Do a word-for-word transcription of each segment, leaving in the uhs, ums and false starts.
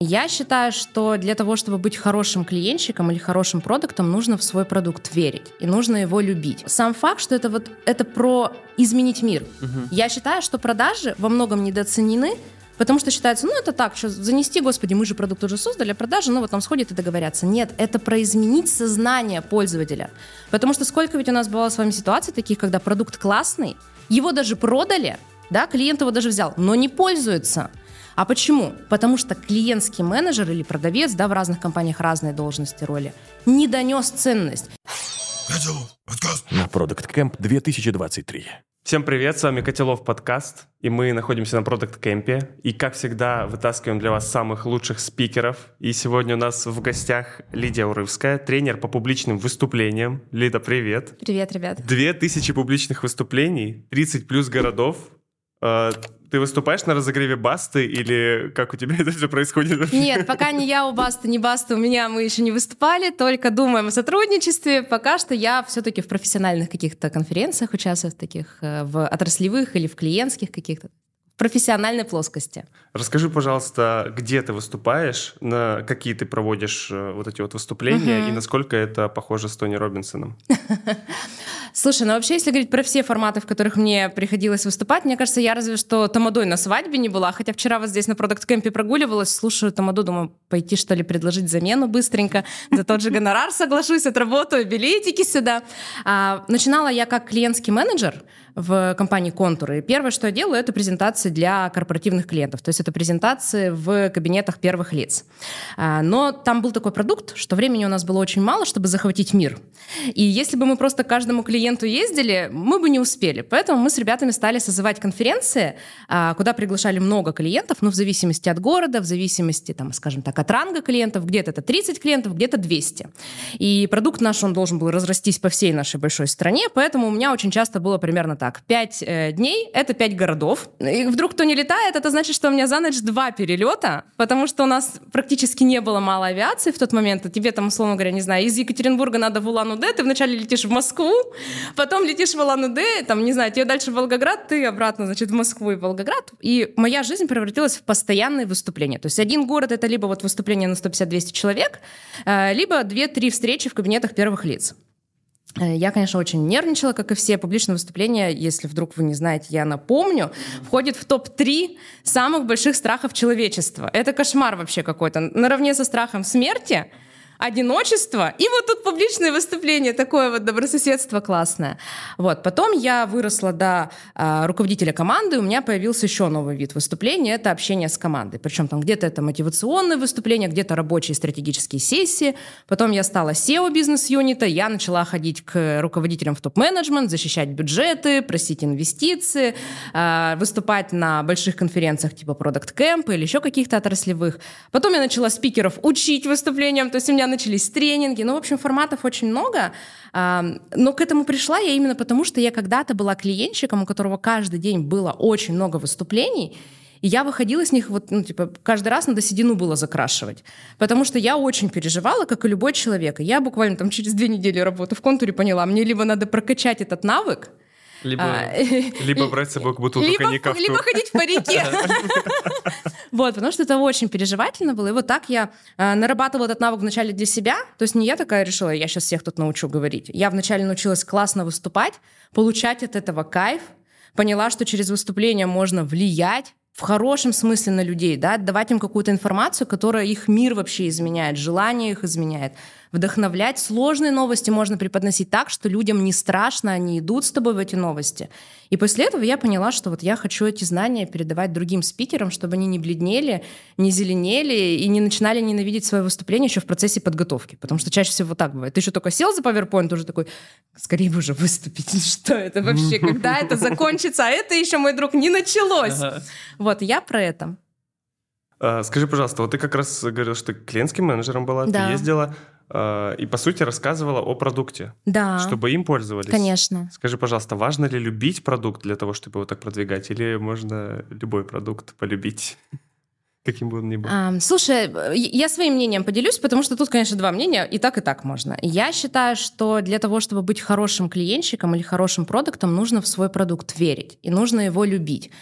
Я считаю, что для того, чтобы быть хорошим клиентщиком или хорошим продуктом, нужно в свой продукт верить и нужно его любить. Сам факт, что это вот это про изменить мир. Угу. Я считаю, что продажи во многом недооценены, потому что считается, ну это так, что занести, господи, мы же продукт уже создали, продажи, ну вот там сходят и договорятся. Нет, это про изменить сознание пользователя. Потому что сколько ведь у нас бывало с вами ситуаций таких, когда продукт классный, его даже продали, да, клиент его даже взял, но не пользуется. А почему? Потому что клиентский менеджер или продавец, да, в разных компаниях разные должности, роли, не донес ценность. На Product Camp две тысячи двадцать три. Всем привет, с вами Котелов подкаст, и мы находимся на Product Camp, и, как всегда, вытаскиваем для вас самых лучших спикеров. И сегодня у нас в гостях Лидия Урывская, тренер по публичным выступлениям. Лида, привет. Привет, ребят. Две тысячи публичных выступлений, тридцать плюс городов. Ты выступаешь на разогреве Басты или как у тебя это все происходит? Нет, пока не я у Басты, не Баста у меня, мы еще не выступали, только думаем о сотрудничестве. Пока что я все-таки в профессиональных каких-то конференциях участвую, в таких, в отраслевых или в клиентских каких-то, в профессиональной плоскости. Расскажи, пожалуйста, где ты выступаешь, на какие ты проводишь вот эти вот выступления, угу. и насколько это похоже с Тони Роббинсоном? Слушай, ну вообще, если говорить про все форматы, в которых мне приходилось выступать, мне кажется, я разве что тамадой на свадьбе не была, хотя вчера вот здесь на Product Camp прогуливалась, слушаю тамаду, думаю, пойти что ли предложить замену быстренько, за тот же гонорар соглашусь, отработаю билетики сюда. А, начинала я как клиентский менеджер в компании «Контур», и первое, что я делаю, это презентации для корпоративных клиентов, то есть это презентации в кабинетах первых лиц. А, но там был такой продукт, что времени у нас было очень мало, чтобы захватить мир. И если бы мы просто каждому клиенту ездили, мы бы не успели. Поэтому мы с ребятами стали созывать конференции, куда приглашали много клиентов, ну, в зависимости от города, в зависимости, там, скажем так, от ранга клиентов. Где-то это тридцать клиентов, где-то двести. И продукт наш, он должен был разрастись по всей нашей большой стране, поэтому у меня очень часто было примерно так. Пять э, дней — это пять городов. И вдруг кто не летает, это значит, что у меня за ночь два перелета, потому что у нас практически не было мало авиации в тот момент. И тебе там, условно говоря, не знаю, из Екатеринбурга надо в Улан-Удэ, ты вначале летишь в Москву, потом летишь в Улан-Удэ, там, не знаю, тебе дальше в Волгоград, ты обратно, значит, в Москву и Волгоград. И моя жизнь превратилась в постоянные выступления. То есть один город — это либо вот выступление на сто пятьдесят - двести человек, либо две-три встречи в кабинетах первых лиц. Я, конечно, очень нервничала, как и все. Публичные выступления, если вдруг вы не знаете, я напомню, входит в топ три самых больших страхов человечества. Это кошмар вообще какой-то. Наравне со страхом смерти, одиночество, и вот тут публичное выступление, такое вот добрососедство классное. Вот. Потом я выросла до э, руководителя команды, у меня появился еще новый вид выступления, это общение с командой. Причем там где-то это мотивационные выступления, где-то рабочие стратегические сессии. Потом я стала сео бизнес-юнита, я начала ходить к руководителям в топ-менеджмент, защищать бюджеты, просить инвестиции, э, выступать на больших конференциях типа Product Camp или еще каких-то отраслевых. Потом я начала спикеров учить выступлениям, то есть у меня начались тренинги, ну, в общем, форматов очень много, но к этому пришла я именно потому, что я когда-то была клиентщиком, у которого каждый день было очень много выступлений, и я выходила с них, вот, ну, типа, каждый раз надо седину было закрашивать, потому что я очень переживала, как и любой человек, и я буквально там через две недели работы в «Контуре» поняла, мне либо надо прокачать этот навык, Либо, а, либо брать с собой бутылку либо, коньяка в тур. Либо ходить в парике. Вот, потому что это очень переживательно было. И вот так я э, нарабатывала этот навык вначале для себя. То есть не я такая решила, я сейчас всех тут научу говорить. Я вначале научилась классно выступать, получать от этого кайф. Поняла, что через выступление можно влиять в хорошем смысле на людей, да, давать им какую-то информацию, которая их мир вообще изменяет, желание их изменяет. Вдохновлять. Сложные новости можно преподносить так, что людям не страшно, они идут с тобой в эти новости. И после этого я поняла, что вот я хочу эти знания передавать другим спикерам, чтобы они не бледнели, не зеленели и не начинали ненавидеть свое выступление еще в процессе подготовки. Потому что чаще всего так бывает. Ты еще только сел за PowerPoint, уже такой, скорее бы уже выступить. Что это вообще? Когда это закончится? А это еще, мой друг, не началось. Вот, я про это. Скажи, пожалуйста, вот ты как раз говорила, что ты клиентским менеджером была, да. Ты ездила и, по сути, рассказывала о продукте, да. чтобы им пользовались. Конечно. Скажи, пожалуйста, важно ли любить продукт для того, чтобы его так продвигать, или можно любой продукт полюбить? Каким бы он ни был. А, слушай, я своим мнением поделюсь, потому что тут, конечно, два мнения, и так, и так можно. Я считаю, что для того, чтобы быть хорошим клиентщиком или хорошим продуктом, нужно в свой продукт верить, и нужно его любить.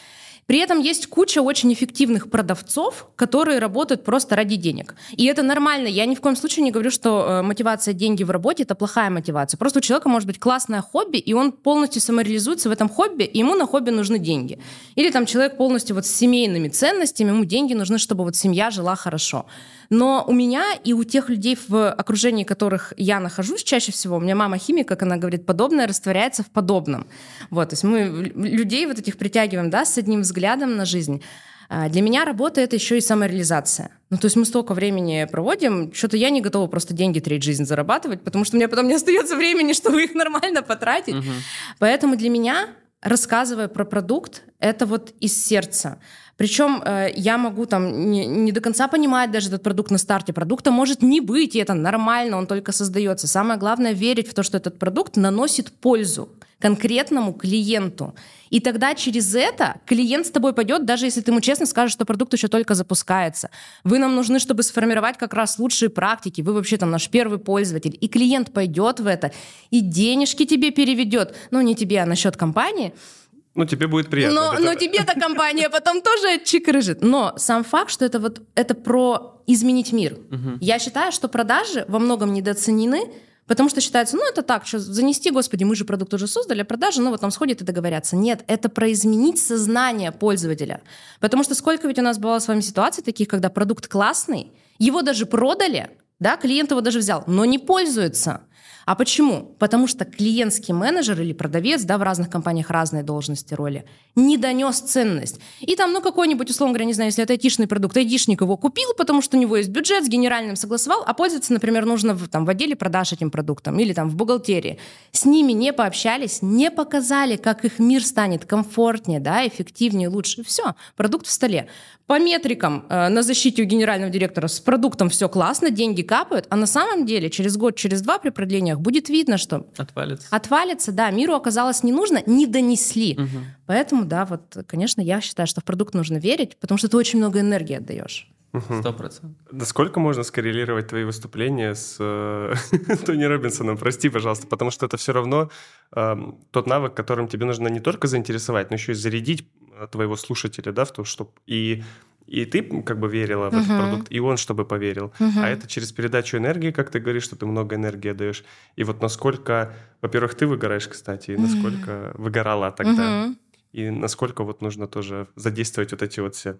При этом есть куча очень эффективных продавцов, которые работают просто ради денег. И это нормально. Я ни в коем случае не говорю, что мотивация деньги в работе — это плохая мотивация. Просто у человека может быть классное хобби, и он полностью самореализуется в этом хобби, и ему на хобби нужны деньги. Или там человек полностью вот с семейными ценностями, ему деньги нужны, чтобы вот семья жила хорошо. Но у меня и у тех людей, в окружении которых я нахожусь чаще всего, у меня мама химик, как она говорит, подобное растворяется в подобном. Вот, то есть мы людей вот этих притягиваем, да, с одним взглядом на жизнь. Для меня работа — это еще и самореализация. Ну, то есть мы столько времени проводим, что-то я не готова просто деньги треть жизнь зарабатывать, потому что у меня потом не остается времени, чтобы их нормально потратить. Угу. Поэтому для меня, рассказывая про продукт, это вот из сердца. Причем э, я могу там не, не до конца понимать даже этот продукт на старте. Продукта может не быть, и это нормально, он только создается. Самое главное — верить в то, что этот продукт наносит пользу конкретному клиенту. И тогда через это клиент с тобой пойдет, даже если ты ему честно скажешь, что продукт еще только запускается. Вы нам нужны, чтобы сформировать как раз лучшие практики. Вы вообще там наш первый пользователь. И клиент пойдет в это, и денежки тебе переведет. Ну, не тебе, а на счет компании. Ну, тебе будет приятно. Но, но тебе-то компания потом тоже чикрыжит. Но сам факт, что это вот это про изменить мир. Угу. Я считаю, что продажи во многом недооценены, потому что считается, ну, это так, что занести, господи, мы же продукт уже создали, а продажи, ну, вот там сходят и договорятся. Нет, это про изменить сознание пользователя. Потому что сколько ведь у нас бывало с вами ситуаций таких, когда продукт классный, его даже продали, да, клиент его даже взял, но не пользуется. А почему? Потому что клиентский менеджер или продавец, да, в разных компаниях разные должности, роли, не донес ценность. И там, ну, какой-нибудь, условно говоря, не знаю, если это айтишный продукт, айтишник его купил, потому что у него есть бюджет, с генеральным согласовал, а пользоваться, например, нужно в, там, в отделе продаж этим продуктом или там в бухгалтерии. С ними не пообщались, не показали, как их мир станет комфортнее, да, эффективнее, лучше. Все, продукт в столе. По метрикам э, на защите у генерального директора с продуктом все классно, деньги капают, а на самом деле через год, через два при продлениях будет видно, что отвалится. Отвалится, да, миру оказалось не нужно, не донесли. Угу. Поэтому, да, вот, конечно, я считаю, что в продукт нужно верить, потому что ты очень много энергии отдаешь. Сто процентов. Насколько можно скоррелировать твои выступления с э, Тони Робинсоном? Прости, пожалуйста, потому что это все равно э, тот навык, которым тебе нужно не только заинтересовать, но еще и зарядить твоего слушателя, да, в то, чтобы и и ты как бы верила в uh-huh. этот продукт, и он чтобы поверил. Uh-huh. А это через передачу энергии, как ты говоришь, что ты много энергии отдаешь. И вот насколько, во-первых, ты выгораешь, кстати, и насколько uh-huh. выгорала тогда. Uh-huh. И насколько вот нужно тоже задействовать вот эти вот все...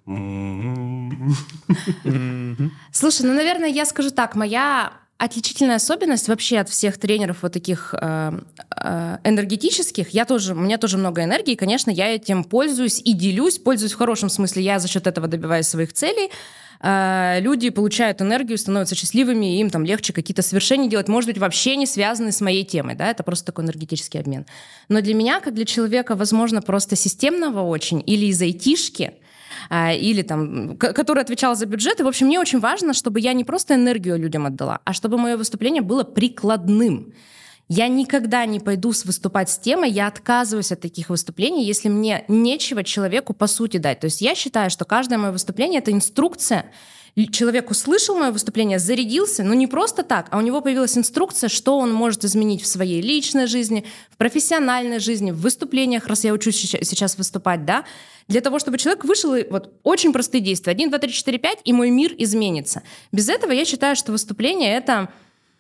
Слушай, ну, наверное, я скажу так. Моя отличительная особенность вообще от всех тренеров вот таких э, э, энергетических, я тоже, у меня тоже много энергии, и, конечно, я этим пользуюсь и делюсь, пользуюсь в хорошем смысле, я за счет этого добиваюсь своих целей. Э, люди получают энергию, становятся счастливыми, и им там легче какие-то совершения делать, может быть, вообще не связанные с моей темой, да, это просто такой энергетический обмен. Но для меня, как для человека, возможно, просто системного очень, или из айтишки, или там, который отвечал за бюджет. И, в общем, мне очень важно, чтобы я не просто энергию людям отдала, а чтобы мое выступление было прикладным. Я никогда не пойду выступать с темой, я отказываюсь от таких выступлений, если мне нечего человеку по сути дать. То есть я считаю, что каждое мое выступление — это инструкция. Человек услышал мое выступление, зарядился, но не просто так, а у него появилась инструкция, что он может изменить в своей личной жизни, в профессиональной жизни, в выступлениях, раз я учусь сейчас выступать, да, для того, чтобы человек вышел, и вот очень простые действия, один, два, три, четыре, пять, и мой мир изменится. Без этого я считаю, что выступление — это...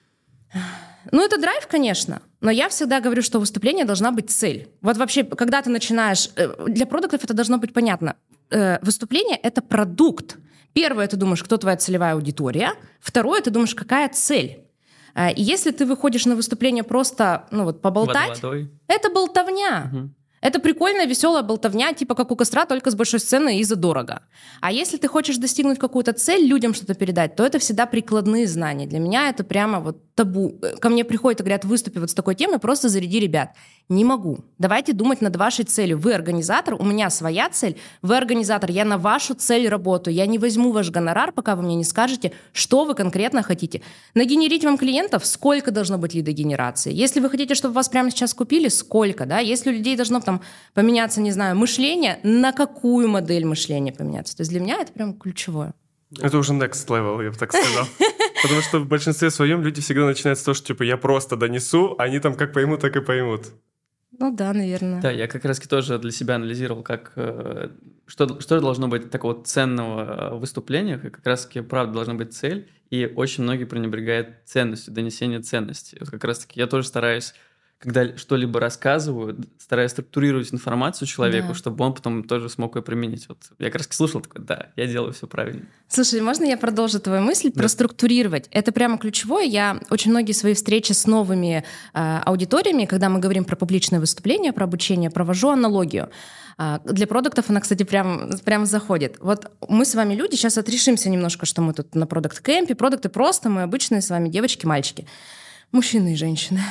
Ну, это драйв, конечно, но я всегда говорю, что у выступления должна быть цель. Вот вообще, когда ты начинаешь... Для продуктов это должно быть понятно. Выступление — это продукт. Первое, ты думаешь, кто твоя целевая аудитория. Второе, ты думаешь, какая цель. И если ты выходишь на выступление просто, ну вот, поболтать, Водой. Это болтовня. Угу. Это прикольная, веселая болтовня, типа как у костра, только с большой сцены и задорого. А если ты хочешь достигнуть какую-то цель, людям что-то передать, то это всегда прикладные знания. Для меня это прямо вот табу. Ко мне приходят и говорят, выступи вот с такой темой, просто заряди ребят. Не могу. Давайте думать над вашей целью. Вы организатор, у меня своя цель, вы организатор, я на вашу цель работаю. Я не возьму ваш гонорар, пока вы мне не скажете, что вы конкретно хотите. Нагенерить вам клиентов, сколько должно быть лидогенерации? Если вы хотите, чтобы вас прямо сейчас купили, сколько, да? Если у людей должно там поменяться, не знаю, мышление, на какую модель мышления поменяться? То есть для меня это прям ключевое. Это уже next level, я бы так сказал. Потому что в большинстве своем люди всегда начинают с того, что типа я просто донесу, они там как поймут, так и поймут. Ну да, наверное. Да, я как раз тоже для себя анализировал, как, что, что должно быть такого ценного в выступлениях, и как раз-таки, правда, должна быть цель, и очень многие пренебрегают ценностью, донесения ценностей. Вот как раз-таки я тоже стараюсь, когда что-либо рассказываю, стараюсь структурировать информацию человеку, да. чтобы он потом тоже смог ее применить. Вот я как раз слушал, такой, да, я делаю все правильно. Слушай, можно я продолжу твою мысль? Да. Проструктурировать. Это прямо ключевое. Я очень многие свои встречи с новыми э, аудиториями, когда мы говорим про публичное выступление, про обучение, провожу аналогию. Э, для продуктов она, кстати, прям, прям заходит. Вот мы с вами люди, сейчас отрешимся немножко, что мы тут на продукт-кемпе. Продукты просто, мы обычные с вами девочки, мальчики. Мужчины и женщины.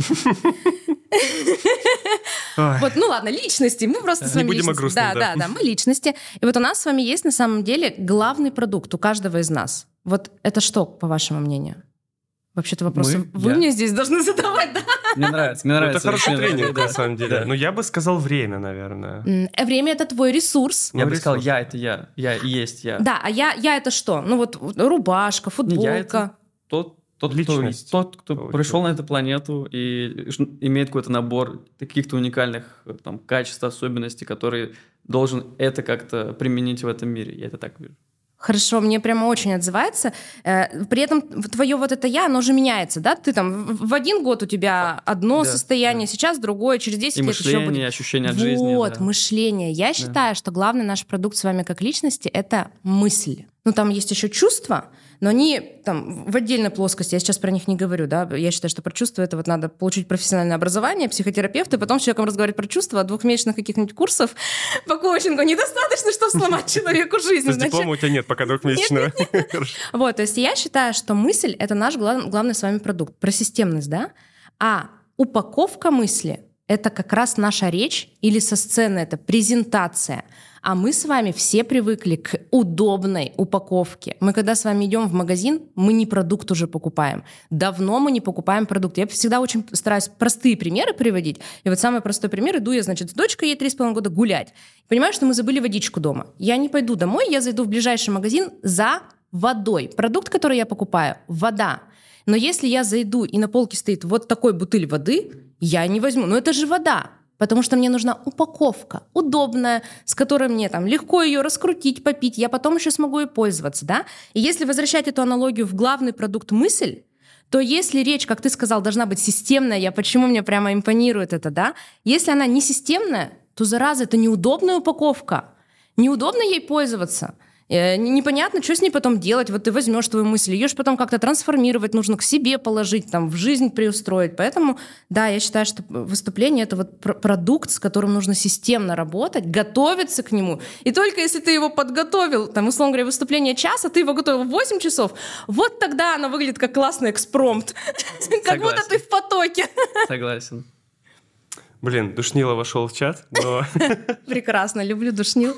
Вот, ну ладно, личности. Мы просто с вами не будем о грустном, да, да, да, мы личности. И вот у нас с вами есть на самом деле главный продукт у каждого из нас. Вот это что, по вашему мнению? Вообще-то вопросы мы, вы я. мне здесь должны задавать, да? Мне нравится, мне нравится. Это хороший тренинг, на самом деле. Но я бы сказал время, наверное. Время — это твой ресурс. Я бы сказал, я — это я. Я и есть я. Да, а я — это что? Ну вот рубашка, футболка. Тот, Тот, Личность. кто, тот, кто пришел на эту планету и имеет какой-то набор каких-то уникальных там, качеств, особенностей, которые должен это как-то применить в этом мире. Я это так вижу. Хорошо, мне прямо очень отзывается. При этом твое вот это «я», оно же меняется, да? Ты там в один год у тебя одно да, состояние, да. сейчас другое, через десять и лет мышление, еще будет. и ощущение от вот, жизни. Вот, да. мышление. Я да. считаю, что главный наш продукт с вами как личности — это мысль. Ну, там есть еще чувства, но они там в отдельной плоскости, я сейчас про них не говорю, да, я считаю, что про чувства это вот надо получить профессиональное образование, психотерапевт, и потом с человеком разговаривать про чувства, а двухмесячных каких-нибудь курсов по коучингу недостаточно, чтобы сломать человеку жизнь. То есть диплома у тебя нет пока двухмесячного. Вот, то есть я считаю, что мысль — это наш главный с вами продукт, про системность, да, а упаковка мысли — это как раз наша речь, или со сцены это презентация. А мы с вами все привыкли к удобной упаковке. Мы когда с вами идем в магазин, мы не продукт уже покупаем. Давно мы не покупаем продукт. Я всегда очень стараюсь простые примеры приводить. И вот самый простой пример. Иду я, значит, с дочкой, ей три с половиной года, гулять. Понимаю, что мы забыли водичку дома. Я не пойду домой, я зайду в ближайший магазин за водой. Продукт, который я покупаю — вода. Но если я зайду, и на полке стоит вот такой бутыль воды, я не возьму. Но это же вода. Потому что мне нужна упаковка, удобная, с которой мне там легко ее раскрутить, попить, я потом еще смогу ей пользоваться, да? И если возвращать эту аналогию в главный продукт мысль, то если речь, как ты сказал, должна быть системная, я почему мне прямо импонирует это, да? Если она не системная, то, зараза, это неудобная упаковка, неудобно ей пользоваться. Непонятно, что с ней потом делать. Вот ты возьмешь твою мысль, ее же потом как-то трансформировать нужно, к себе положить, там, в жизнь приустроить. Поэтому, да, я считаю, что выступление — это вот продукт, с которым нужно системно работать, готовиться к нему. И только если ты его подготовил, там, условно говоря, выступление час, а ты его готовил в восемь часов, вот тогда оно выглядит как классный экспромт. Как будто ты в потоке. Согласен. Блин, Душнило вошел в чат, но... Прекрасно, люблю Душнил.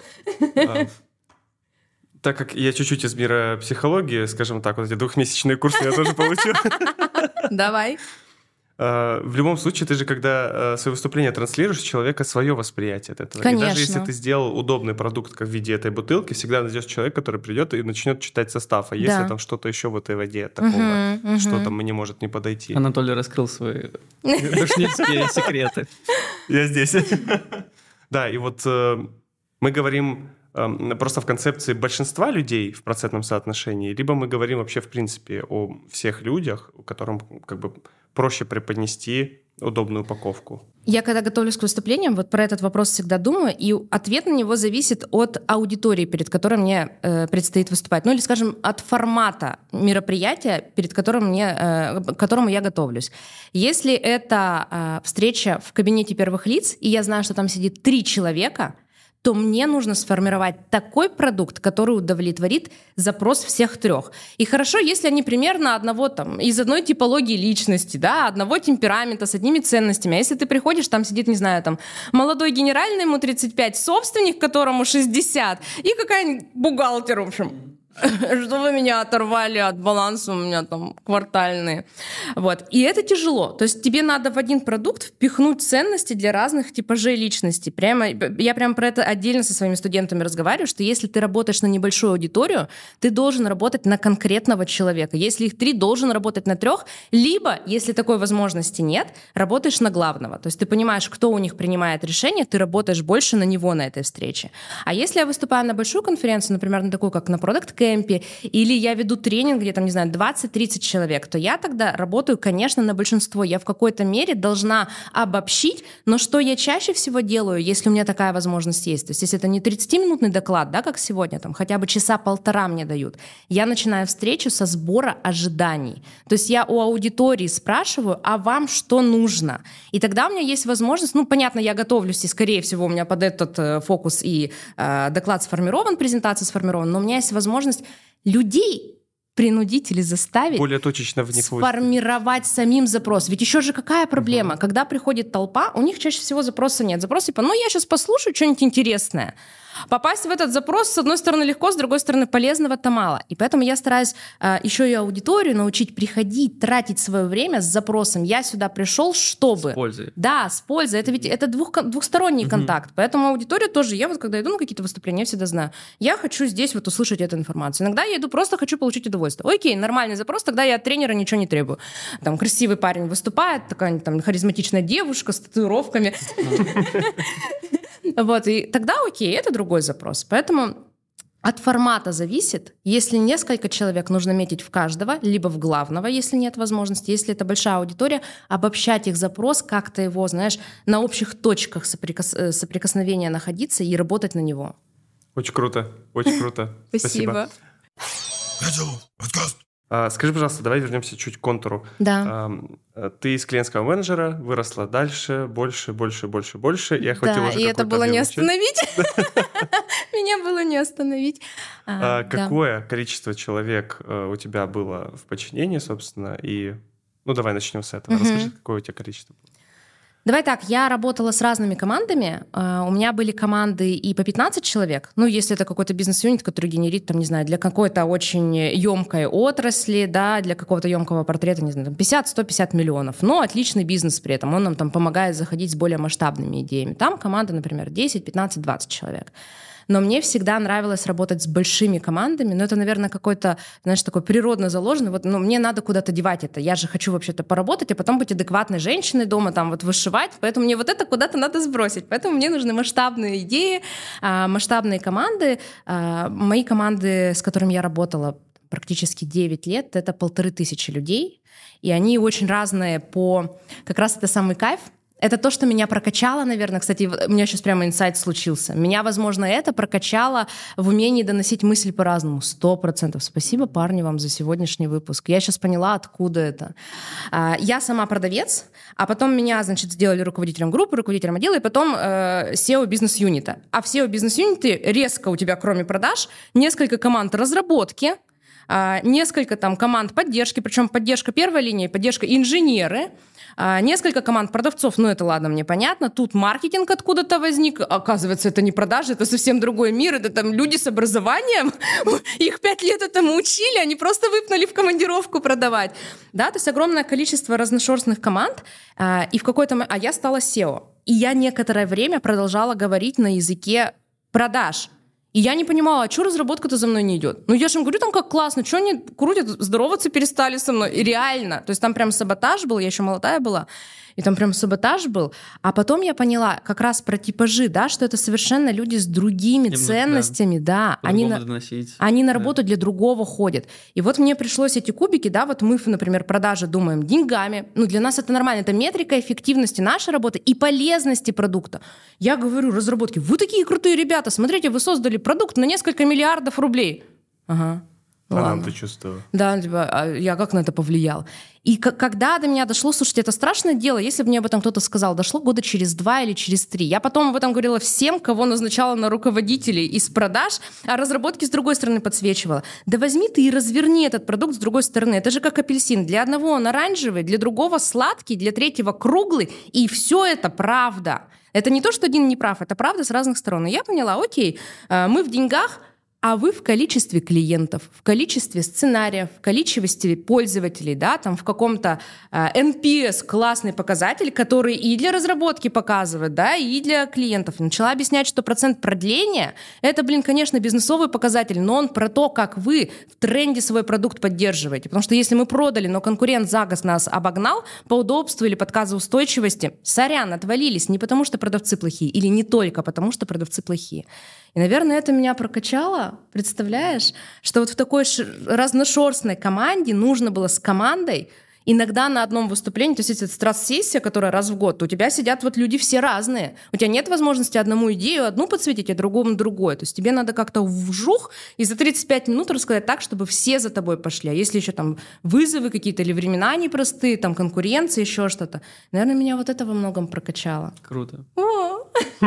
Так как я чуть-чуть из мира психологии, скажем так, вот эти двухмесячные курсы я тоже получил. Давай. В любом случае, ты же, когда свое выступление транслируешь, у человека свое восприятие от этого. Конечно. И даже если ты сделал удобный продукт как в виде этой бутылки, всегда найдется человек, который придет и начнет читать состав. А если да. там что-то еще в этой воде такого, угу, что угу. там не может не подойти. Анатолий раскрыл свои душнильские секреты. Я здесь. Да, и вот мы говорим... просто в концепции большинства людей в процентном соотношении, либо мы говорим вообще в принципе о всех людях, которым как бы проще преподнести удобную упаковку. Я когда готовлюсь к выступлениям, вот про этот вопрос всегда думаю, и ответ на него зависит от аудитории, перед которой мне э, предстоит выступать. Ну или, скажем, от формата мероприятия, перед которым мне, э, к которому я готовлюсь. Если это э, встреча в кабинете первых лиц, и я знаю, что там сидит три человека, то мне нужно сформировать такой продукт, который удовлетворит запрос всех трех. И хорошо, если они примерно одного там, из одной типологии личности, да, одного темперамента, с одними ценностями. А если ты приходишь, там сидит, не знаю, там, молодой генеральный, ему тридцать пять, собственник, которому шестьдесят, и какая-нибудь бухгалтер, в общем. Что вы меня оторвали от баланса, у меня там квартальные. Вот. И это тяжело. То есть тебе надо в один продукт впихнуть ценности для разных типажей личности. Прямо, я прямо про это отдельно со своими студентами разговариваю, что если ты работаешь на небольшую аудиторию, ты должен работать на конкретного человека. Если их три, должен работать на трех. Либо, если такой возможности нет, работаешь на главного. То есть ты понимаешь, кто у них принимает решение, ты работаешь больше на него на этой встрече. А если я выступаю на большую конференцию, например, на такую, как на Product Camp, или я веду тренинг, где там, не знаю, двадцать-тридцать человек, то я тогда работаю, конечно, на большинство. Я в какой-то мере должна обобщить, но что я чаще всего делаю, если у меня такая возможность есть? То есть если это не тридцатиминутный доклад, да, как сегодня, там хотя бы часа полтора мне дают, я начинаю встречу со сбора ожиданий. То есть я у аудитории спрашиваю, а вам что нужно? И тогда у меня есть возможность, ну, понятно, я готовлюсь, и, скорее всего, у меня под этот э, фокус и э, доклад сформирован, презентация сформирована, но у меня есть возможность людей принудить или заставить более точечно в них сформировать выставить. Самим запрос. Ведь еще же какая проблема? Uh-huh. Когда приходит толпа, у них чаще всего запроса нет. Запрос типа, ну я сейчас послушаю что-нибудь интересное. Попасть в этот запрос, с одной стороны, легко, с другой стороны, полезного-то мало. И поэтому я стараюсь э, еще и аудиторию научить приходить, тратить свое время с запросом. Я сюда пришел, чтобы... С пользой. Да, с пользой. Это ведь это двух, двухсторонний uh-huh. контакт. Поэтому аудитория тоже... Я вот когда иду на какие-то выступления, я всегда знаю, я хочу здесь вот услышать эту информацию. Иногда я иду просто хочу получить удовольствие. Окей, нормальный запрос, тогда я от тренера ничего не требую. Там красивый парень выступает, такая там харизматичная девушка с татуировками. Вот, и тогда окей, это другой запрос. Поэтому от формата зависит. Если несколько человек, нужно метить в каждого, либо в главного, если нет возможности. Если это большая аудитория, обобщать их запрос, как-то его, знаешь, на общих точках соприкос... соприкосновения находиться и работать на него. Очень круто, очень круто. Спасибо. А, скажи, пожалуйста, давай вернемся чуть к контуру. Да. А, ты из клиентского менеджера выросла дальше, больше, больше, больше, больше, и охватила уже да, и это было не остановить. Меня было не остановить. Какое количество человек у тебя было в подчинении, собственно, и... Ну, давай начнем с этого. Расскажи, какое у тебя количество было. Давай так, я работала с разными командами. У меня были команды и по пятнадцать человек. Ну, если это какой-то бизнес-юнит, который генерит, там, не знаю, для какой-то очень емкой отрасли, да, для какого-то емкого портрета, не знаю, там пятьдесят-сто пятьдесят миллионов. Но отличный бизнес при этом. Он нам там помогает заходить с более масштабными идеями. Там команда, например, десять, пятнадцать, двадцать человек. Но мне всегда нравилось работать с большими командами, но это, наверное, какой-то, знаешь, такой природно заложенный. Вот, ну, мне надо куда-то девать это. Я же хочу вообще-то поработать, а потом быть адекватной женщиной дома, там, вот, вышивать. Поэтому мне вот это куда-то надо сбросить. Поэтому мне нужны масштабные идеи, масштабные команды. Мои команды, с которыми я работала практически девять лет, это полторы тысячи людей. И они очень разные по... Как раз это самый кайф. Это то, что меня прокачало, наверное. Кстати, у меня сейчас прямо инсайт случился. Меня, возможно, это прокачало в умении доносить мысль по-разному. Сто процентов. Спасибо, парни, вам за сегодняшний выпуск. Я сейчас поняла, откуда это. Я сама продавец, а потом меня, значит, сделали руководителем группы, руководителем отдела, и потом сео бизнес-юнита. А в сео бизнес-юните резко у тебя, кроме продаж, несколько команд разработки, несколько там команд поддержки, причем поддержка первой линии, поддержка инженеры, несколько команд продавцов, ну это ладно, мне понятно, тут маркетинг откуда-то возник, оказывается, это не продажи, это совсем другой мир, это там люди с образованием, их пять лет этому учили, они просто выпнули в командировку продавать, да, то есть огромное количество разношерстных команд, и в какой-то момент, а я стала сео, и я некоторое время продолжала говорить на языке продаж. И я не понимала, а что разработка-то за мной не идет? Ну, я же им говорю, там как классно, что они крутят, здороваться перестали со мной. И реально. То есть там прям саботаж был, я еще молодая была, и там прям саботаж был. А потом я поняла как раз про типажи, да, что это совершенно люди с другими Именно, ценностями, да. да. Они, на, они на работу да. для другого ходят. И вот мне пришлось эти кубики, да, вот мы, например, продажи думаем деньгами. Ну, для нас это нормально. Это метрика эффективности нашей работы и полезности продукта. Я говорю разработке, вы такие крутые ребята, смотрите, вы создали продукт на несколько миллиардов рублей. Ага. А нам ты чувствовала? Да, типа, я как на это повлиял. И к- когда до меня дошло, слушайте, это страшное дело, если бы мне об этом кто-то сказал, дошло года через два или через три. Я потом об этом говорила всем, кого назначала на руководителей из продаж, а разработки с другой стороны подсвечивала. Да возьми ты и разверни этот продукт с другой стороны. Это же как апельсин. Для одного он оранжевый, для другого сладкий, для третьего круглый. И все это правда. Это не то, что один не прав, это правда с разных сторон. И я поняла, окей, мы в деньгах, а вы в количестве клиентов, в количестве сценариев, в количестве пользователей, да, там в каком-то э, эн пи эс классный показатель, который и для разработки показывает, да, и для клиентов. Начала объяснять, что процент продления — это, блин, конечно, бизнесовый показатель, но он про то, как вы в тренде свой продукт поддерживаете. Потому что если мы продали, но конкурент за год нас обогнал по удобству или подказоустойчивости, сорян, отвалились не потому, что продавцы плохие, или не только потому, что продавцы плохие. И, наверное, это меня прокачало, представляешь, что вот в такой разношерстной команде нужно было с командой иногда на одном выступлении, то есть если это страст-сессия, которая раз в год, то у тебя сидят вот люди все разные. У тебя нет возможности одному идею одну подсветить, а другому другое. То есть тебе надо как-то вжух и за тридцать пять минут рассказать так, чтобы все за тобой пошли. А если еще там вызовы какие-то или времена непростые, там конкуренция, еще что-то. Наверное, меня вот это во многом прокачало. Круто. О!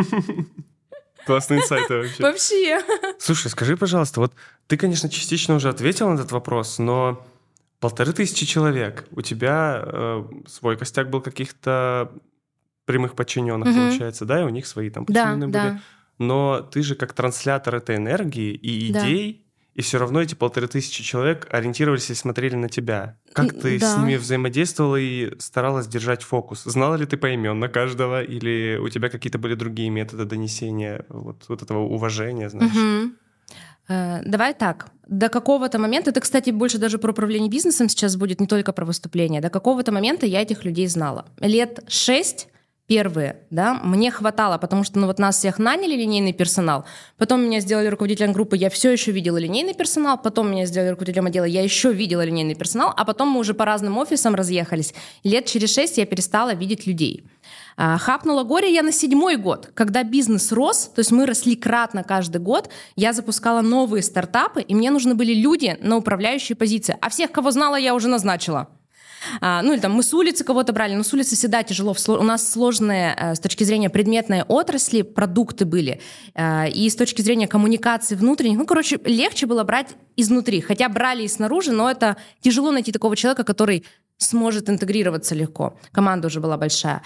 Классные инсайты вообще. Вообще. Слушай, скажи, пожалуйста, вот ты, конечно, частично уже ответил на этот вопрос, но полторы тысячи человек, у тебя э, свой костяк был каких-то прямых подчиненных, угу. получается, да, и у них свои там подчиненные да, были. Да. Но ты же как транслятор этой энергии и идей, да. и все равно эти полторы тысячи человек ориентировались и смотрели на тебя. Как ты да. с ними взаимодействовала и старалась держать фокус? Знала ли ты поименно каждого, или у тебя какие-то были другие методы донесения вот, вот этого уважения, знаешь? Угу. Э, давай так. До какого-то момента, это, кстати, больше даже про управление бизнесом сейчас будет, не только про выступления, до какого-то момента я этих людей знала. Лет шесть первые, да, мне хватало, потому что ну, вот нас всех наняли, линейный персонал, потом меня сделали руководителем группы, я все еще видела линейный персонал, потом меня сделали руководителем отдела, я еще видела линейный персонал, а потом мы уже по разным офисам разъехались. Лет через шесть я перестала видеть людей. Хапнула горе я на седьмой год, когда бизнес рос, то есть мы росли кратно каждый год, я запускала новые стартапы, и мне нужны были люди на управляющие позиции, а всех, кого знала, я уже назначила. А, ну или там мы с улицы кого-то брали, но с улицы всегда тяжело. У нас сложные э, с точки зрения предметной отрасли продукты были, э, и с точки зрения коммуникации внутренних, ну, короче, легче было брать изнутри, хотя брали и снаружи, но это тяжело найти такого человека, который сможет интегрироваться легко. Команда уже была большая.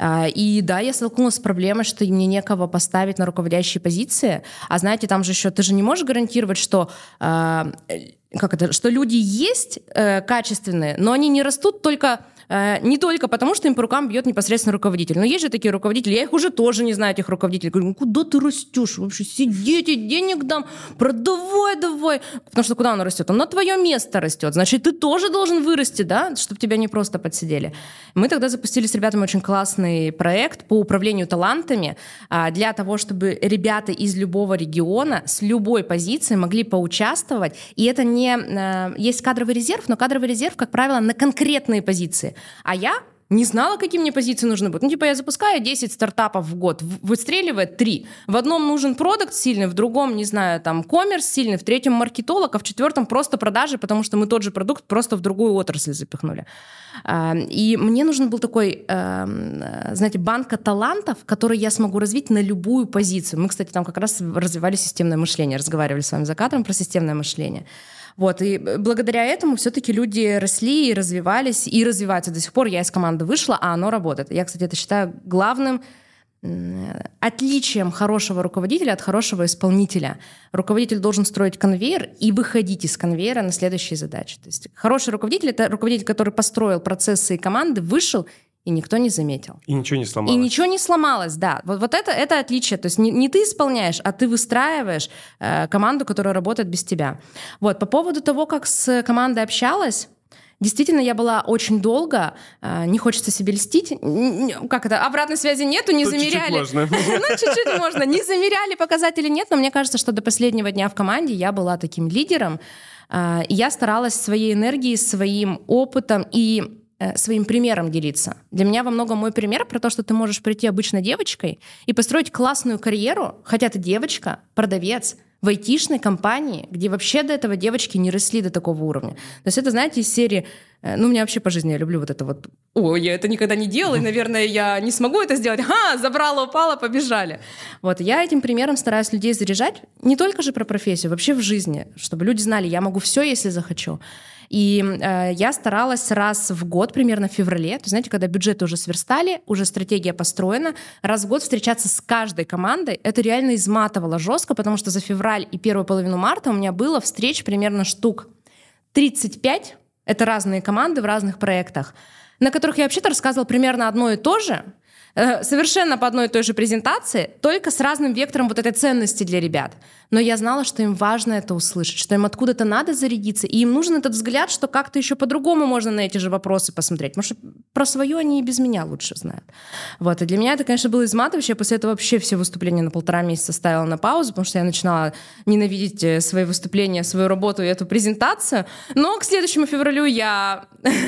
И да, я столкнулась с проблемой, что мне некого поставить на руководящие позиции. А знаете, там же еще ты же не можешь гарантировать, что, как это, что люди есть качественные, но они не растут только... Не только потому, что им по рукам бьет непосредственно руководитель. Но есть же такие руководители, я их уже тоже не знаю, этих руководителей. Говорю, ну куда ты растешь? Вообще сидите, денег дам, продавай давай. Потому что куда он растет? Он на твое место растет. Значит, ты тоже должен вырасти, да, чтобы тебя не просто подсидели. Мы тогда запустили с ребятами очень классный проект по управлению талантами для того, чтобы ребята из любого региона с любой позиции могли поучаствовать. И это не... Есть кадровый резерв, но кадровый резерв, как правило, на конкретные позиции. А я не знала, какие мне позиции нужны будут. Ну, типа, я запускаю десять стартапов в год, выстреливает три. В одном нужен продукт сильный, в другом, не знаю, там, коммерс сильный, в третьем маркетолог, а в четвертом просто продажи, потому что мы тот же продукт просто в другую отрасль запихнули. И мне нужен был такой, знаете, банка талантов, который я смогу развить на любую позицию. Мы, кстати, там как раз развивали системное мышление, разговаривали с вами за кадром про системное мышление. Вот, и благодаря этому все-таки люди росли и развивались, и развиваются до сих пор. Я из команды вышла, а оно работает. Я, кстати, это считаю главным отличием хорошего руководителя от хорошего исполнителя. Руководитель должен строить конвейер и выходить из конвейера на следующие задачи. То есть хороший руководитель — это руководитель, который построил процессы и команды, вышел, и никто не заметил. И ничего не сломалось. И ничего не сломалось, да. Вот, вот это, это отличие. То есть не, не ты исполняешь, а ты выстраиваешь э, команду, которая работает без тебя. Вот. По поводу того, как с командой общалась, действительно, я была очень долго, э, не хочется себе льстить. Как это? Обратной связи нету, не Тут замеряли. Чуть-чуть можно. Ну, чуть-чуть можно. Не замеряли, показатели нет, но мне кажется, что до последнего дня в команде я была таким лидером. Э, и я старалась своей энергией, своим опытом и своим примером делиться. Для меня во многом мой пример про то, что ты можешь прийти обычной девочкой и построить классную карьеру, хотя ты девочка, продавец, в айтишной компании, где вообще до этого девочки не росли до такого уровня. То есть это, знаете, из серии Ну, у меня вообще по жизни я люблю вот это вот. О, я это никогда не делала, и, наверное, я не смогу это сделать. Ха, забрала, упала, побежали. Вот, я этим примером стараюсь людей заряжать, не только же про профессию, вообще в жизни, чтобы люди знали, я могу все, если захочу. И э, я старалась раз в год, примерно в феврале, то знаете, когда бюджеты уже сверстали, уже стратегия построена, раз в год встречаться с каждой командой, это реально изматывало жестко, потому что за февраль и первую половину марта у меня было встреч примерно штук тридцать пять. Это разные команды в разных проектах, на которых я вообще-то рассказывала примерно одно и то же, совершенно по одной и той же презентации, только с разным вектором вот этой ценности для ребят. Но я знала, что им важно это услышать, что им откуда-то надо зарядиться, и им нужен этот взгляд, что как-то еще по-другому можно на эти же вопросы посмотреть. Потому что про свое они и без меня лучше знают. Вот. И для меня это, конечно, было изматывающе. Я после этого вообще все выступления на полтора месяца ставила на паузу, потому что я начинала ненавидеть свои выступления, свою работу и эту презентацию. Но к следующему февралю я,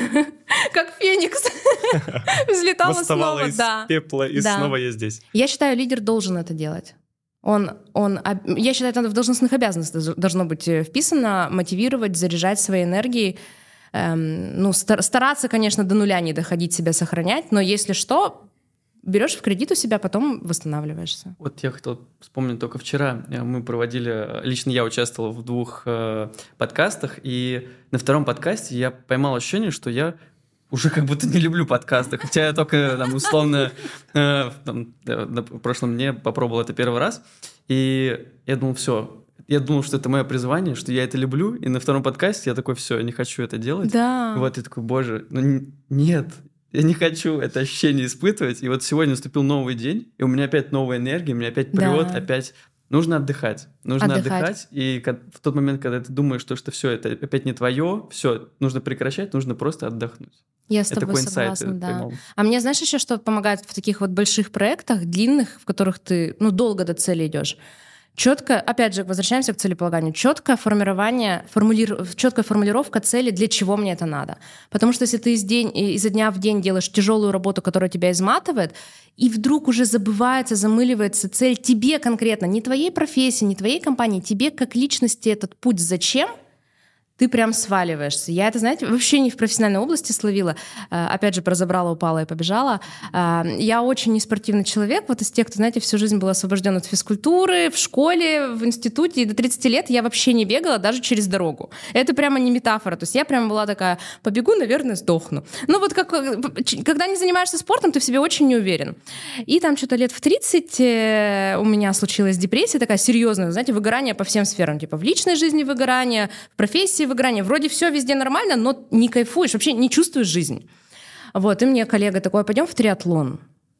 как феникс, взлетала снова. Из пепла, и снова я здесь. Я считаю, лидер должен это делать. Он, он, я считаю, это в должностных обязанностях должно быть вписано, мотивировать, заряжать своей энергией. Эм, ну, стар, стараться, конечно, до нуля не доходить, себя сохранять, но если что, берешь в кредит у себя, потом восстанавливаешься. Вот я хотел вспомнить, только вчера мы проводили, лично я участвовал в двух э, подкастах, и на втором подкасте я поймал ощущение, что я уже как будто не люблю подкасты, хотя я только там, условно э, там, на прошлом дне попробовал это первый раз, и я думал, все, я думал, что это мое призвание, что я это люблю, и на втором подкасте я такой, все, я не хочу это делать. Да. И вот я такой, боже, ну нет, я не хочу это ощущение испытывать, и вот сегодня наступил новый день, и у меня опять новая энергия, у меня опять прет, да. опять... Нужно отдыхать. Нужно отдыхать. отдыхать. И в тот момент, когда ты думаешь, что, что все это опять не твое, все, нужно прекращать, нужно просто отдохнуть. Я с это тобой согласна, да. Поймал. А мне, знаешь, еще что помогает в таких вот больших проектах, длинных, в которых ты ну, долго до цели идешь? Четко, опять же, возвращаемся к целеполаганию, четкое формирование, формулир... четкая формулировка цели, для чего мне это надо. Потому что если ты из день, изо дня в день делаешь тяжелую работу, которая тебя изматывает, и вдруг уже забывается, замыливается цель тебе конкретно, не твоей профессии, не твоей компании, тебе как личности этот путь зачем, ты прям сваливаешься. Я это, знаете, вообще не в профессиональной области словила. Опять же, про забрала, упала и побежала. Я очень неспортивный человек. Вот из тех, кто, знаете, всю жизнь был освобожден от физкультуры, в школе, в институте. И до тридцати лет я вообще не бегала даже через дорогу. Это прямо не метафора. То есть я прямо была такая, побегу, наверное, сдохну. Ну вот как, когда не занимаешься спортом, ты в себе очень не уверен. И там что-то лет в тридцать у меня случилась депрессия такая серьезная, знаете, выгорание по всем сферам. Типа в личной жизни выгорание, в профессии выгорание. Вроде все везде нормально, но не кайфуешь, вообще не чувствуешь жизнь. Вот, и мне коллега такой, пойдем в триатлон.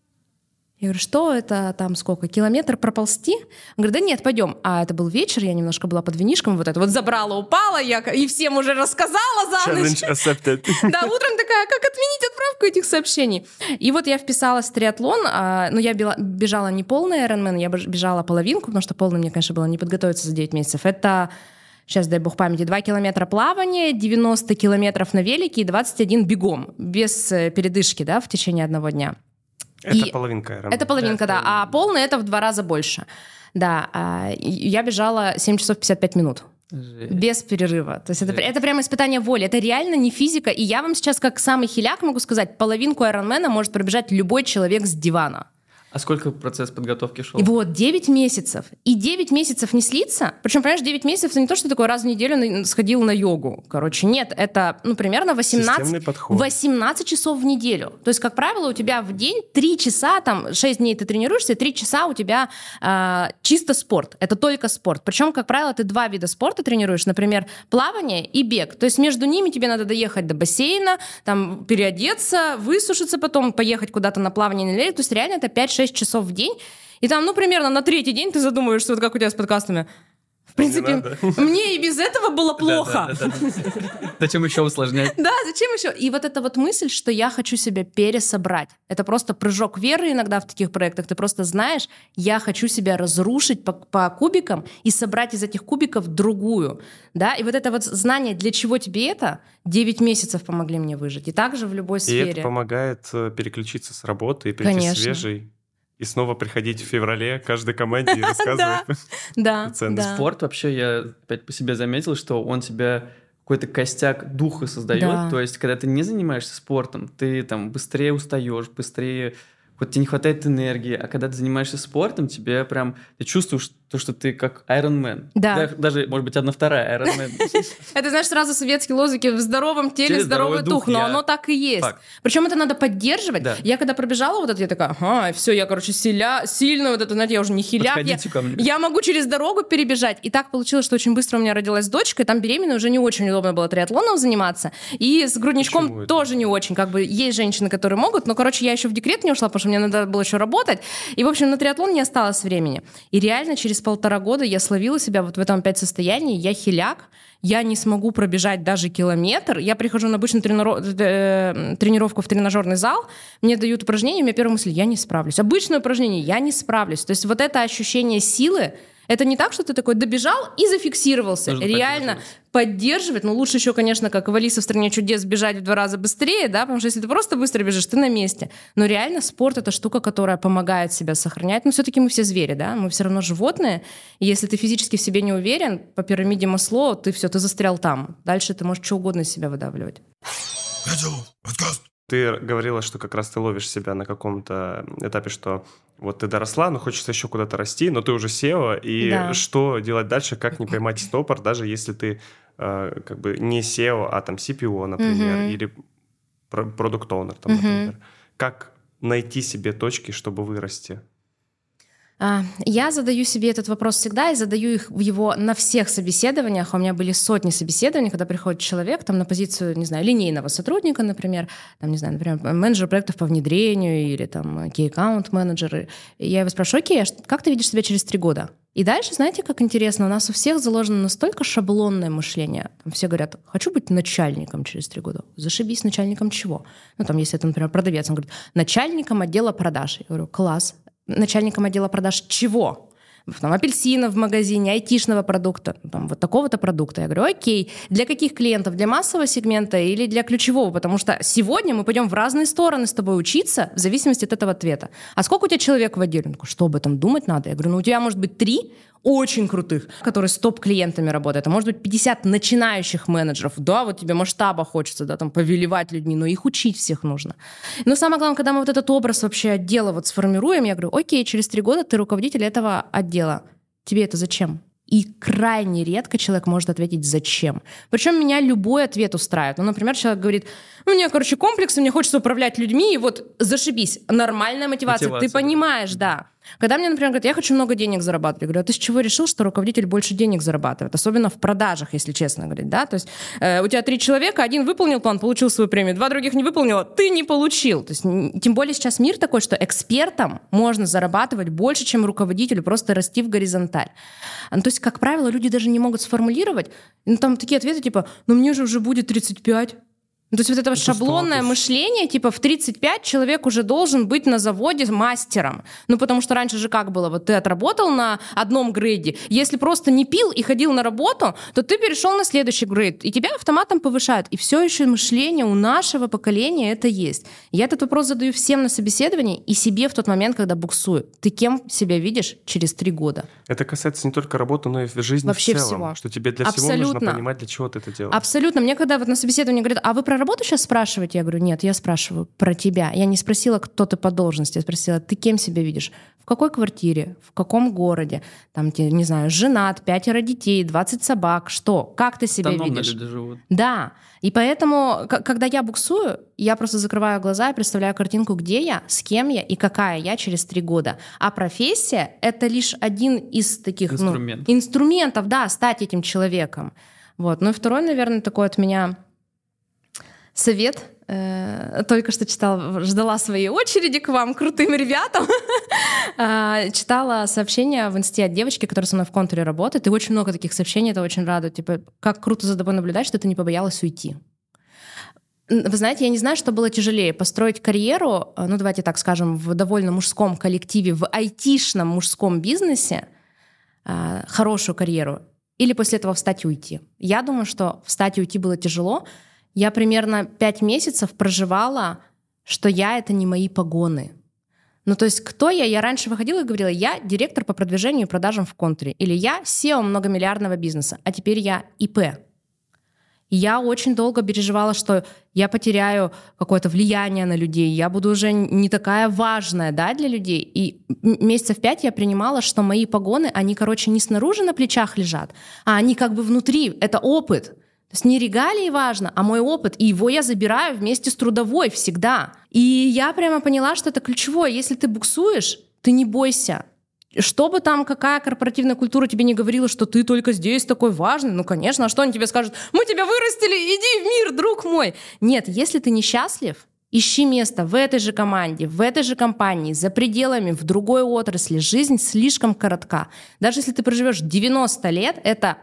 Я говорю, что это там сколько, километр проползти? Он говорит, да нет, пойдем. А это был вечер, я немножко была под винишком, вот это вот забрала, упала, я и всем уже рассказала за ночь. Challenge accepted. Да, утром такая, как отменить отправку этих сообщений? И вот я вписалась в триатлон, а, но я бежала не полный Ironman, я бежала половинку, потому что полный мне, конечно, было не подготовиться за девять месяцев. Это... Сейчас, дай бог памяти, два километра плавания, девяносто километров на велике и двадцать один бегом, без передышки, да, в течение одного дня. Это и половинка. Роман. Это половинка, да, да. А полный — это в два раза больше. Да, я бежала семь часов пятьдесят пять минут. Жесть. Без перерыва. То есть это, это прямо испытание воли. Это реально не физика. И я вам сейчас, как самый хиляк, могу сказать, половинку Ironman может пробежать любой человек с дивана. А сколько процесс подготовки шел? И вот, девять месяцев. И девять месяцев не слиться. Причем, понимаешь, девять месяцев — это не то, что такое раз в неделю сходил на йогу. Короче, нет, это, ну, примерно восемнадцать, восемнадцать часов в неделю. То есть, как правило, у тебя в день три часа, там, шесть дней ты тренируешься, и три часа у тебя э, чисто спорт. Это только спорт. Причем, как правило, ты два вида спорта тренируешь, например, плавание и бег. То есть между ними тебе надо доехать до бассейна, там, переодеться, высушиться потом, поехать куда-то на плавание или то есть реально это пять-шесть часов в день, и там, ну, примерно на третий день ты задумываешься, вот как у тебя с подкастами. В принципе, мне и без этого было плохо. Зачем еще усложнять? Да, зачем еще? И вот эта вот мысль, что я хочу себя пересобрать. Это просто прыжок веры иногда в таких проектах. Ты просто знаешь, я хочу себя разрушить по, по кубикам и собрать из этих кубиков другую. Да? И вот это вот знание, для чего тебе это, девять месяцев помогли мне выжить. И также в любой сфере. И это помогает переключиться с работы и прийти Конечно. свежий. И снова приходить в феврале каждой команде и рассказывать да, ценность. Да. Спорт вообще, я опять по себе заметил, что он тебя какой-то костяк духа создает. Да. То есть, когда ты не занимаешься спортом, ты там быстрее устаешь, быстрее... Вот тебе не хватает энергии, а когда ты занимаешься спортом, тебе прям... Ты чувствуешь то, что ты как Iron Man. Да. Даже, может быть, одна-вторая Iron Man. Это, знаешь, сразу советские лозунги: в здоровом теле здоровый дух, но оно так и есть. Причем это надо поддерживать. Я когда пробежала вот это, я такая, ага, все, я, короче, сильная, вот это, знаете, я уже не хиляк. Я могу через дорогу перебежать. И так получилось, что очень быстро у меня родилась дочка, и там беременной уже не очень удобно было триатлоном заниматься. И с грудничком тоже не очень. Как бы есть женщины, которые могут, но, короче, я еще в декрет не ушла, потому что мне надо было еще работать. И, в общем, на триатлон не осталось времени. И реально через полтора года я словила себя вот в этом опять состоянии. Я хиляк, я не смогу пробежать даже километр. Я прихожу на обычную тренировку в тренажерный зал, мне дают упражнения, у меня первая мысль: я не справлюсь. Обычное упражнение, я не справлюсь. То есть вот это ощущение силы, это не так, что ты такой добежал и зафиксировался. Нужно реально поддерживать. Ну, лучше еще, конечно, как в «Алисе в стране чудес» бежать в два раза быстрее, да, потому что если ты просто быстро бежишь, ты на месте. Но реально спорт — это штука, которая помогает себя сохранять. Но все-таки мы все звери, да, мы все равно животные. И если ты физически в себе не уверен, по пирамиде Маслоу, ты все, ты застрял там. Дальше ты можешь что угодно из себя выдавливать. Ты говорила, что как раз ты ловишь себя на каком-то этапе, что вот ты доросла, но хочется еще куда-то расти, но ты уже сео, и да. Что делать дальше, как не поймать стопор, даже если ты э, как бы не сео, а там си пи о, например, mm-hmm. или продукт-оунер, там, mm-hmm. например. Как найти себе точки, чтобы вырасти? Я задаю себе этот вопрос всегда и задаю их в его на всех собеседованиях. У меня были сотни собеседований, когда приходит человек там, на позицию, не знаю, линейного сотрудника, например, там, не знаю, например, менеджер проектов по внедрению или там key-аккаунт-менеджеры. Я его спрашиваю: окей, а как ты видишь себя через три года? И дальше, знаете, как интересно, у нас у всех заложено настолько шаблонное мышление. Там все говорят: хочу быть начальником через три года. Зашибись, начальником чего? Ну, там, если это, например, продавец, он говорит: начальником отдела продаж. Я говорю: класс. Начальником отдела продаж чего? Там, апельсинов в магазине, айтишного продукта, там, вот такого-то продукта. Я говорю: окей, для каких клиентов? Для массового сегмента или для ключевого? Потому что сегодня мы пойдем в разные стороны с тобой учиться в зависимости от этого ответа. А сколько у тебя человек в отделе? Он такой: что об этом думать надо? Я говорю: ну у тебя может быть три очень крутых, которые с топ-клиентами работают, а может быть пятьдесят начинающих менеджеров. Да, вот тебе масштаба хочется, да, там, повелевать людьми, но их учить всех нужно. Но самое главное, когда мы вот этот образ вообще отдела вот сформируем, я говорю: окей, через три года ты руководитель этого отдела. Тебе это зачем? И крайне редко человек может ответить «зачем?». Причем меня любой ответ устраивает. Ну, например, человек говорит: у меня, короче, комплексы, мне хочется управлять людьми, и вот зашибись. Нормальная мотивация. мотивация. Ты понимаешь, да. Когда мне, например, говорят: я хочу много денег зарабатывать, я говорю: а ты с чего решил, что руководитель больше денег зарабатывает? Особенно в продажах, если честно говорить, да? То есть э, у тебя три человека, один выполнил план, получил свою премию, два других не выполнила, ты не получил. То есть, тем более сейчас мир такой, что экспертам можно зарабатывать больше, чем руководителю, просто расти в горизонталь. Ну, то есть, как правило, люди даже не могут сформулировать. Ну, там такие ответы типа: ну мне же уже будет тридцать пять. То есть вот это, это шаблонное статус. Мышление, типа в тридцать пять человек уже должен быть на заводе мастером. Ну, потому что раньше же как было? Вот ты отработал на одном грейде, если просто не пил и ходил на работу, то ты перешел на следующий грейд, и тебя автоматом повышают. И все еще мышление у нашего поколения это есть. Я этот вопрос задаю всем на собеседовании и себе в тот момент, когда буксую. Ты кем себя видишь через три года? Это касается не только работы, но и в жизни вообще в целом. Всего. Что тебе для Абсолютно. всего нужно понимать, для чего ты это делаешь. Абсолютно. Мне когда вот на собеседовании говорят: а вы про работу сейчас спрашиваете? Я говорю: нет, я спрашиваю про тебя. Я не спросила, кто ты по должности, я спросила: ты кем себя видишь? В какой квартире? В каком городе? Там, не знаю, женат, пятеро детей, двадцать собак. Что? Как ты себя Автономно видишь? Люди живут. Да. И поэтому, когда я буксую, я просто закрываю глаза и представляю картинку, где я, с кем я и какая я через три года. А профессия — это лишь один из таких Инструмент. ну, инструментов, да, стать этим человеком. Вот. Ну и второй, наверное, такой от меня совет. Только что читала, ждала своей очереди к вам, крутым ребятам. Читала сообщение в инсте от девочки, которая со мной в контуре работает, и очень много таких сообщений, это очень радует. Типа: как круто за тобой наблюдать, что ты не побоялась уйти. Вы знаете, я не знаю, что было тяжелее: построить карьеру, ну давайте так скажем, в довольно мужском коллективе, в айтишном мужском бизнесе, хорошую карьеру, или после этого встать и уйти. Я думаю, что встать и уйти было тяжело. Я примерно пять месяцев проживала, что я — это не мои погоны. Ну, то есть кто я? Я раньше выходила и говорила: я директор по продвижению и продажам в контуре. Или я си и о многомиллиардного бизнеса, а теперь я ИП. И я очень долго переживала, что я потеряю какое-то влияние на людей, я буду уже не такая важная, да, для людей. И месяцев пять я принимала, что мои погоны, они, короче, не снаружи на плечах лежат, а они как бы внутри. Это опыт. То есть не регалии важно, а мой опыт. И его я забираю вместе с трудовой всегда. И я прямо поняла, что это ключевое. Если ты буксуешь, ты не бойся. Что бы там, какая корпоративная культура тебе не говорила, что ты только здесь такой важный, ну, конечно, а что они тебе скажут? Мы тебя вырастили, иди в мир, друг мой. Нет, если ты несчастлив, ищи место в этой же команде, в этой же компании, за пределами, в другой отрасли. Жизнь слишком коротка. Даже если ты проживешь девяносто лет, это...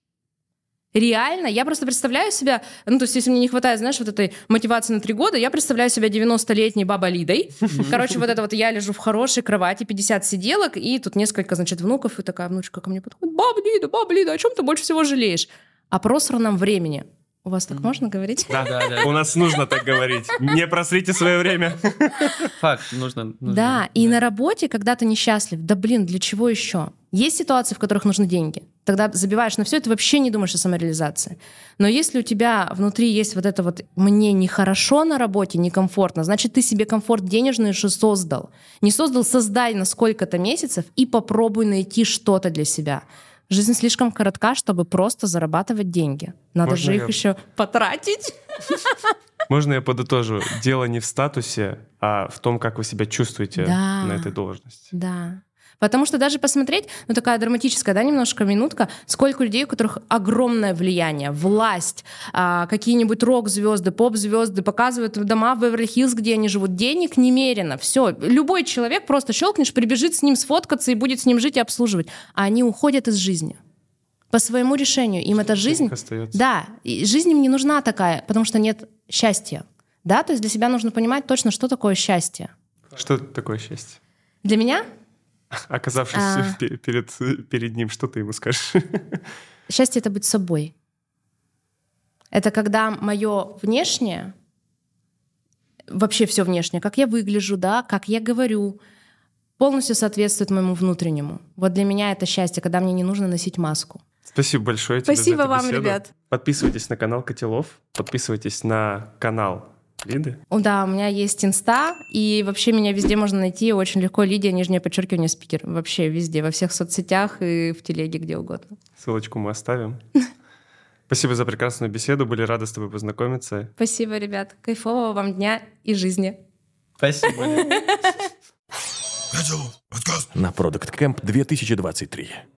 Реально, я просто представляю себя, ну, то есть, если мне не хватает, знаешь, вот этой мотивации на три года, я представляю себя девяностолетней бабой Лидой. Короче, вот это вот я лежу в хорошей кровати, пятьдесят сиделок, и тут несколько, значит, внуков, и такая внучка ко мне подходит: баба Лида, баба Лида, о чем ты больше всего жалеешь? О просранном времени. У вас так можно говорить? Да, да, да. У нас нужно так говорить. Не просрите свое время. Факт, нужно. Да, и на работе, когда ты несчастлив, да блин, для чего еще? Есть ситуации, в которых нужны деньги. Тогда забиваешь на все, и ты вообще не думаешь о самореализации. Но если у тебя внутри есть вот это вот «мне нехорошо на работе, некомфортно», значит, ты себе комфорт денежный уже создал. Не создал, создай на сколько-то месяцев и попробуй найти что-то для себя. Жизнь слишком коротка, чтобы просто зарабатывать деньги. Надо Можно же их я... еще потратить. Можно я подытожу? Дело не в статусе, а в том, как вы себя чувствуете да, на этой должности. Да. Потому что даже посмотреть, ну такая драматическая, да, немножко минутка, сколько людей, у которых огромное влияние, власть, а, какие-нибудь рок-звезды, поп-звезды показывают дома в Беверли-Хиллз, где они живут, денег немерено, все. Любой человек просто щелкнешь, прибежит с ним сфоткаться и будет с ним жить и обслуживать. А они уходят из жизни. По своему решению. Им эта жизнь... Да, и жизнь им не нужна такая, потому что нет счастья. Да, то есть для себя нужно понимать точно, что такое счастье. Что такое счастье? Для меня... Оказавшись а... перед, перед ним, что ты ему скажешь? Счастье — это быть собой. Это когда мое внешнее, вообще все внешнее, как я выгляжу, да, как я говорю, полностью соответствует моему внутреннему. Вот для меня это счастье, когда мне не нужно носить маску. Спасибо большое тебе Спасибо за эту вам, беседу. Ребят. Подписывайтесь на канал Котелов, подписывайтесь на канал Лиды. Да, у меня есть инста, и вообще меня везде можно найти очень легко. Лидия, нижнее подчеркивание, спикер. Вообще везде, во всех соцсетях и в телеге, где угодно. Ссылочку мы оставим. Спасибо за прекрасную беседу, были рады с тобой познакомиться. Спасибо, ребят. Кайфового вам дня и жизни. Спасибо. На Product Camp две тысячи двадцать три.